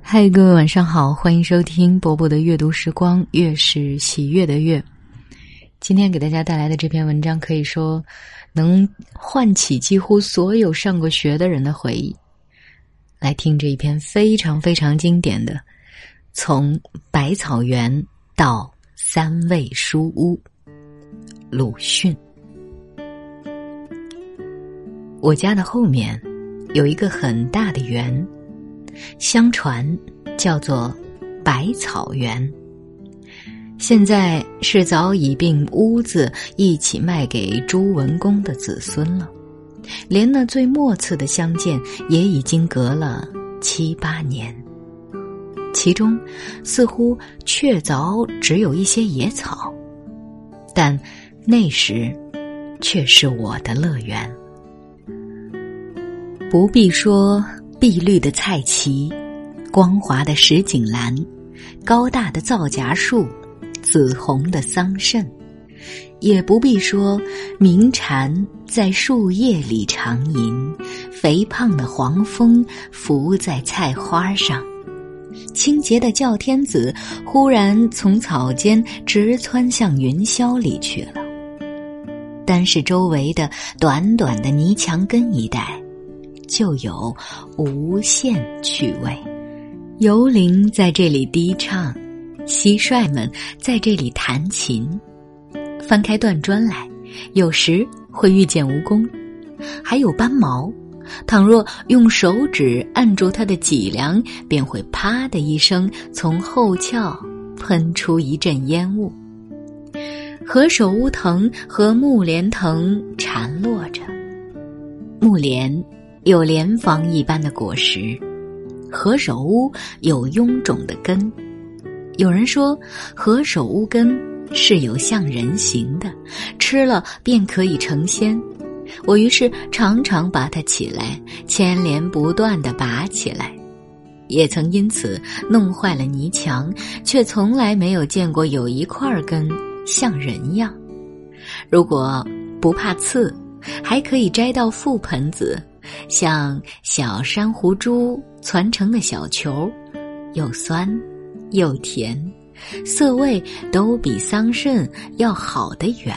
嗨，各位晚上好，欢迎收听波波的阅读时光，月是喜悦的月。今天给大家带来的这篇文章可以说能唤起几乎所有上过学的人的回忆。来听这一篇非常非常经典的从百草园到三味书屋，鲁迅。我家的后面有一个很大的园，相传叫做百草园，现在是早已并屋子一起卖给朱文公的子孙了，连那最末次的相见也已经隔了7、8年，其中似乎确凿只有一些野草，但那时却是我的乐园。不必说碧绿的菜畦，光滑的石井栏，高大的皂荚树，紫红的桑葚，也不必说鸣蝉在树叶里长吟，肥胖的黄蜂伏在菜花上，清洁的叫天子忽然从草间直窜向云霄里去了。单是周围的短短的泥墙根一带就有无限趣味，游灵在这里低唱，蟋蟀们在这里弹琴，翻开断砖来，有时会遇见蜈蚣，还有斑毛，倘若用手指按住它的脊梁，便会啪的一声从后窍喷出一阵烟雾。何首乌藤和木莲藤缠络着，木莲有莲房一般的果实，何首乌有臃肿的根。有人说何首乌根是有像人形的，吃了便可以成仙。我于是常常把它起来，牵连不断地拔起来，也曾因此弄坏了泥墙，却从来没有见过有一块根像人样。如果不怕刺，还可以摘到覆盆子，像小珊瑚珠攒成的小球，又酸又甜，色味都比桑葚要好得远。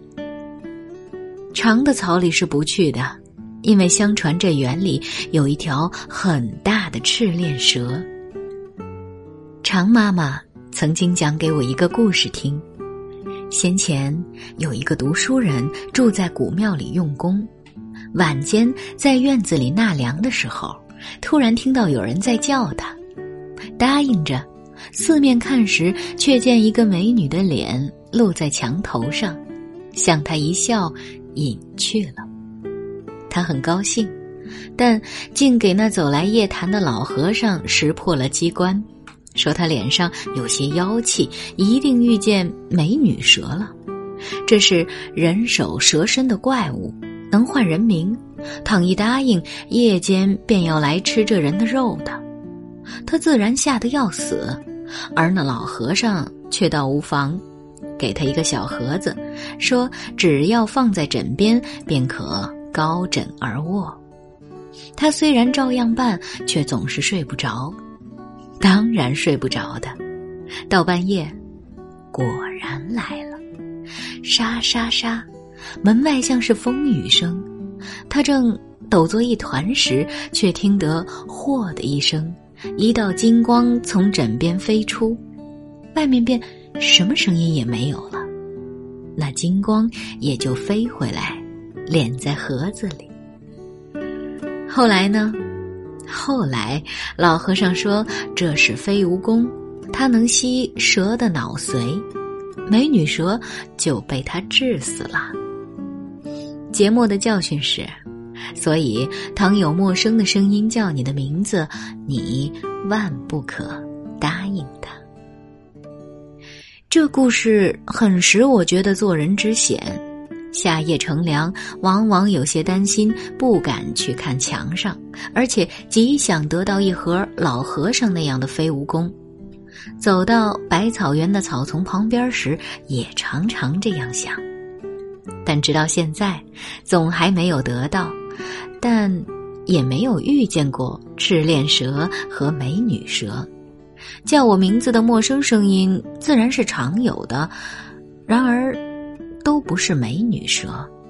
长的草里是不去的，因为相传这园里有一条很大的赤练蛇。常妈妈曾经讲给我一个故事听，先前有一个读书人住在古庙里用功，晚间在院子里纳凉的时候，突然听到有人在叫他，答应着，四面看时，却见一个美女的脸露在墙头上，向他一笑，隐去了。他很高兴，但竟给那走来夜谈的老和尚识破了机关，说他脸上有些妖气，一定遇见美女蛇了。这是人首蛇身的怪物，能唤人名，倘一答应，夜间便要来吃这人的肉的。他自然吓得要死，而那老和尚却倒无妨，给他一个小盒子，说只要放在枕边，便可高枕而卧。他虽然照样办，却总是睡不着，当然睡不着的。到半夜，果然来了，沙沙沙，门外像是风雨声。他正抖作一团时，却听得霍的一声，一道金光从枕边飞出，外面便什么声音也没有了，那金光也就飞回来，敛在盒子里。后来呢？后来老和尚说这是飞蜈蚣，它能吸蛇的脑髓，美女蛇就被它治死了。节目的教训是，所以倘有陌生的声音叫你的名字，你万不可答应他。这故事很使我觉得做人之险，夏夜乘凉，往往有些担心，不敢去看墙上，而且极想得到一盒老和尚那样的飞蜈蚣。走到百草园的草丛旁边时，也常常这样想，但直到现在总还没有得到。但也没有遇见过赤练蛇和美女蛇，叫我名字的陌生声音自然是常有的，然而都不是美女蛇。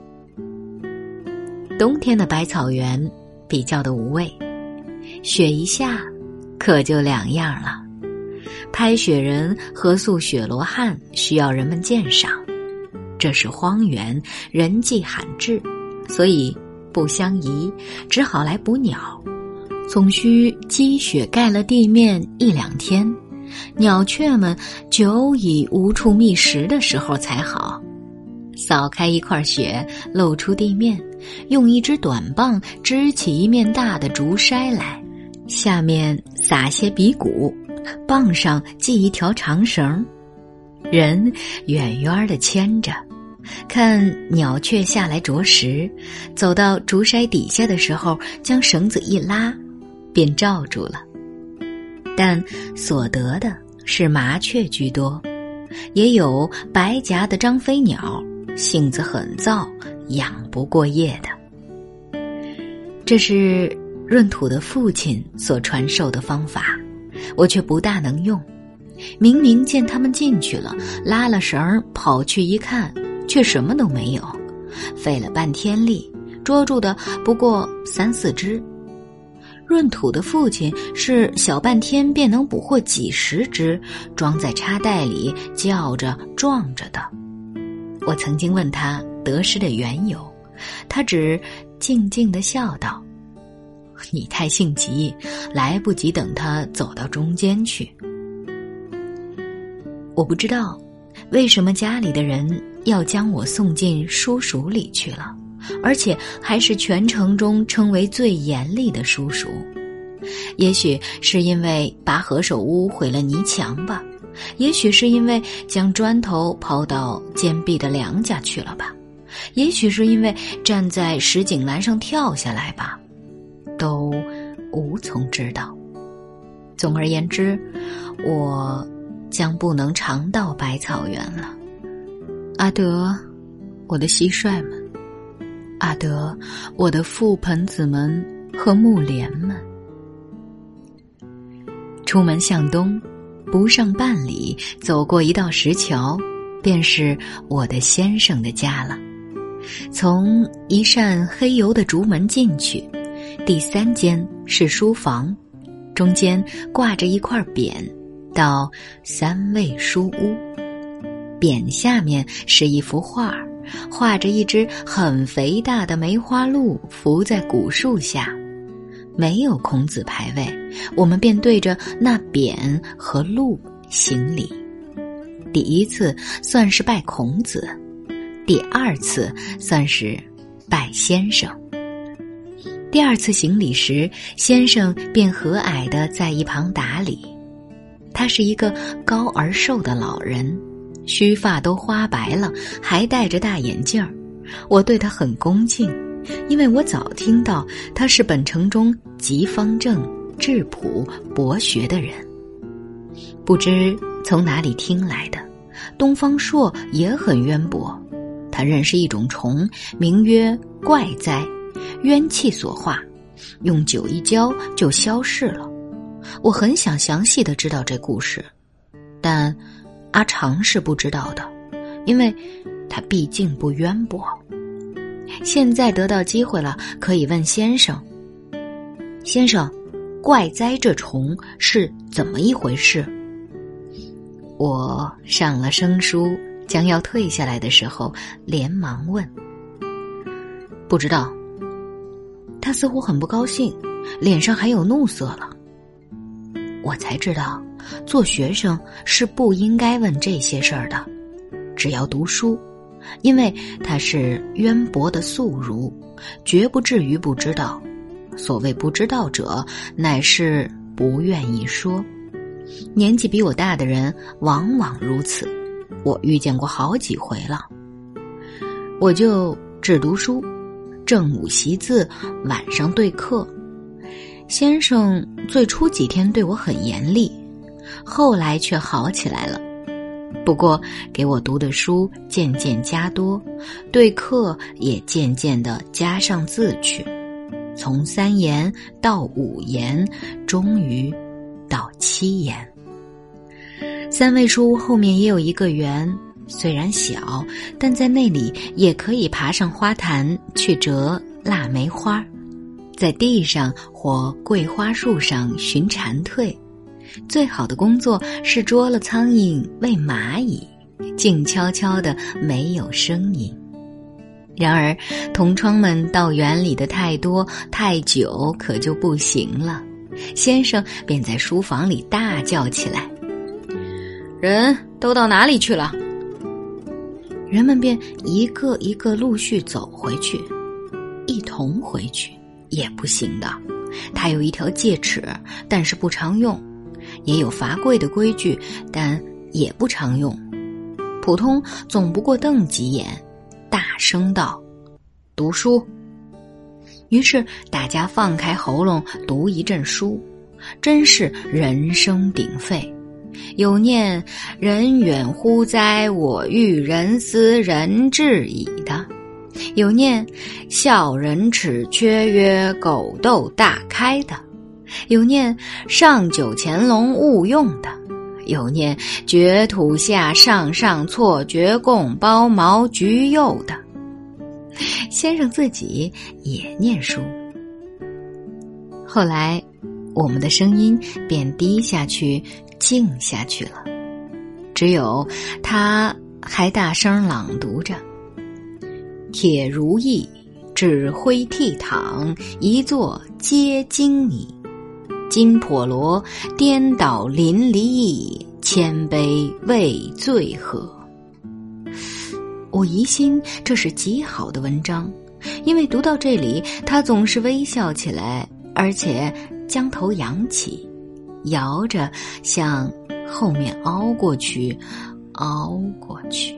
冬天的百草园比较的无味，雪一下可就两样了。拍雪人和塑雪罗汉需要人们鉴赏，这是荒原，人迹罕至，所以不相宜，只好来捕鸟。总需积雪盖了地面1-2天，鸟雀们久已无处觅食的时候才好。扫开一块雪，露出地面，用一只短棒支起一面大的竹筛来，下面撒些鼻骨，棒上系一条长绳，人远远地牵着，看鸟雀下来啄食，走到竹筛底下的时候，将绳子一拉，便罩住了。但所得的是麻雀居多，也有白颊的张飞鸟，性子很躁，养不过夜的。这是闰土的父亲所传授的方法，我却不大能用。明明见他们进去了，拉了绳跑去一看，却什么都没有，费了半天力，捉住的不过3-4只。闰土的父亲是小半天便能捕获几10只，装在插袋里，叫着撞着的。我曾经问他得失的缘由，他只静静地笑道：“你太性急，来不及等他走到中间去。”我不知道为什么家里的人要将我送进叔叔里去了，而且还是全城中称为最严厉的叔叔。也许是因为把何首乌毁了泥墙吧，也许是因为将砖头抛到坚壁的梁家去了吧，也许是因为站在石井栏上跳下来吧，都无从知道。总而言之，我将不能常到百草园了。阿德，我的蟋蟀们；阿德，我的覆盆子们和木莲们。出门向东，不上半里，走过一道石桥，便是我的先生的家了。从一扇黑油的竹门进去，第3间是书房，中间挂着一块匾，到3味书屋。匾下面是一幅画，画着一只很肥大的梅花鹿伏在古树下。没有孔子牌位，我们便对着那匾和鹿行礼。第1次算是拜孔子，第2次算是拜先生。第2次行礼时，先生便和蔼地在一旁打理。他是一个高而瘦的老人，须发都花白了，还戴着大眼镜儿。我对他很恭敬，因为我早听到他是本城中极方正、质朴、博学的人。不知从哪里听来的，东方朔也很渊博。他认识一种虫，名曰怪哉，冤气所化，用酒一浇就消逝了。我很想详细地知道这故事，但阿长是不知道的，因为他毕竟不渊博。现在得到机会了，可以问先生：先生，怪哉这虫是怎么一回事？我上了生疏，将要退下来的时候，连忙问：不知道。他似乎很不高兴，脸上还有怒色了。我才知道，做学生是不应该问这些事儿的，只要读书，因为他是渊博的素儒，绝不至于不知道。所谓不知道者，乃是不愿意说。年纪比我大的人往往如此，我遇见过好几回了。我就只读书，正午习字，晚上对课。先生最初几天对我很严厉，后来却好起来了。不过给我读的书渐渐加多，对课也渐渐地加上字去。 从3言到5言，终于到7言。3味书屋后面也有一个园，虽然小，但在那里也可以爬上花坛去折腊梅花，在地上或桂花树上寻蝉蜕。最好的工作是捉了苍蝇喂蚂蚁，静悄悄的没有声音。然而同窗们到园里的太多太久，可就不行了。先生便在书房里大叫起来：人都到哪里去了？人们便一个一个陆续走回去，一同回去也不行的。他有一条戒尺，但是不常用；也有罚跪的规矩，但也不常用。普通总不过瞪几眼，大声道：读书。于是大家放开喉咙读一阵书，真是人声鼎沸。有念人远乎哉，我欲人思人至矣的，有念笑人齿缺曰，狗窦大开的，有念上九乾隆勿用的，有念掘土下上上错绝贡包毛橘柚的。先生自己也念书。后来我们的声音便低下去，静下去了，只有他还大声朗读着：铁如意，指挥倜傥，一座皆惊你；金婆罗，颠倒淋漓意，千杯未醉喝。我疑心这是极好的文章，因为读到这里，他总是微笑起来，而且将头扬起，摇着向后面凹过去，凹过去。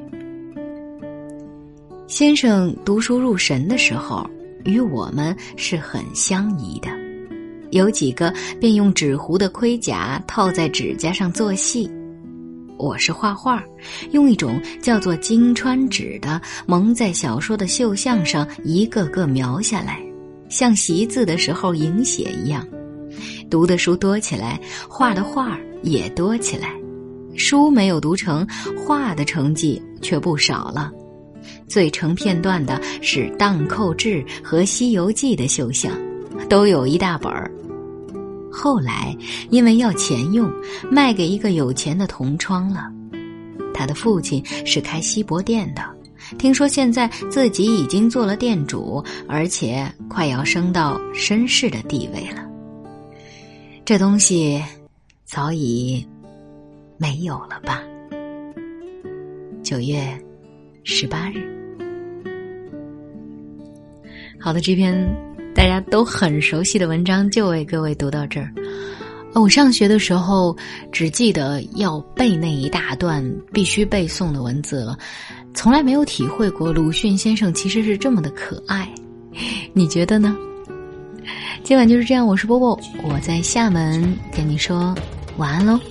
先生读书入神的时候，与我们是很相宜的。有几个便用纸糊的盔甲套在指甲上做戏。我是画画，用一种叫做金川纸的蒙在小说的绣像上一个个描下来，像习字的时候迎写一样。读的书多起来，画的画也多起来。书没有读成，画的成绩却不少了。最成片段的是《荡寇志》和《西游记》的绣像，都有一大本儿。后来因为要钱用，卖给一个有钱的同窗了。他的父亲是开锡箔店的，听说现在自己已经做了店主，而且快要升到绅士的地位了。这东西早已没有了吧？9月18日。好的，这篇大家都很熟悉的文章就为各位读到这儿。我上学的时候只记得要背那一大段必须背诵的文字了，从来没有体会过鲁迅先生其实是这么的可爱。你觉得呢？今晚就是这样，我是波波，我在厦门跟你说晚安喽。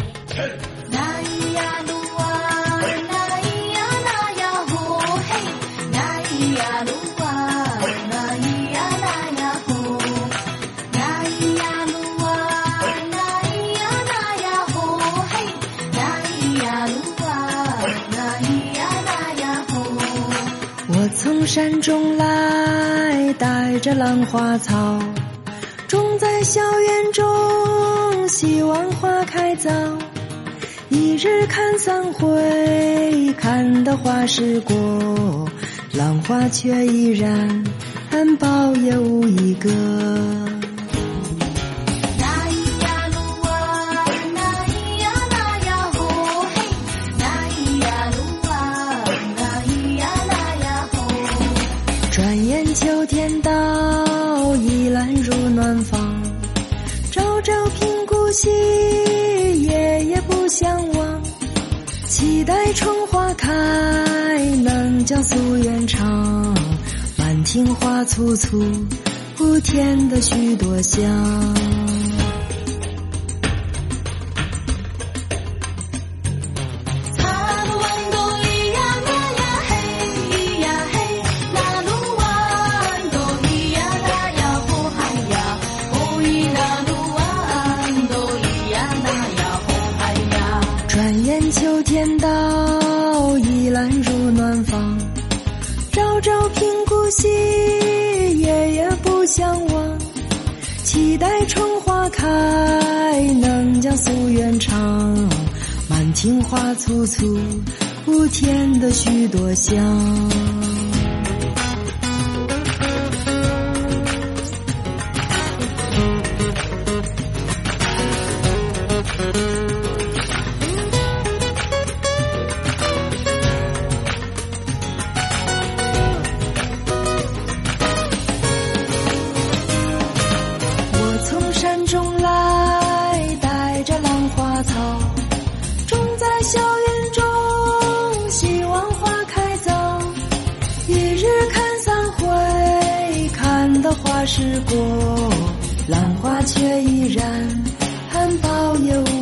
我从山中来，带着兰花草，种在校园中，希望花开早。一日看3回，看得花时过，兰花却依然，含苞也无一个。转眼秋天到，依兰入暖房，朝朝频顾惜，夜夜不相忘。期待春花开，能将夙愿偿。满庭花簇簇，不添的许多香。 转眼秋天到，依兰入暖房。朝朝频顾惜，夜夜不相忘。期待春花开，能将夙愿偿。满庭花簇簇，添得许多香。山中来，带着浪花草，种在校园中，希望花开早。一日看三回，看得花时过，浪花却依然含苞也无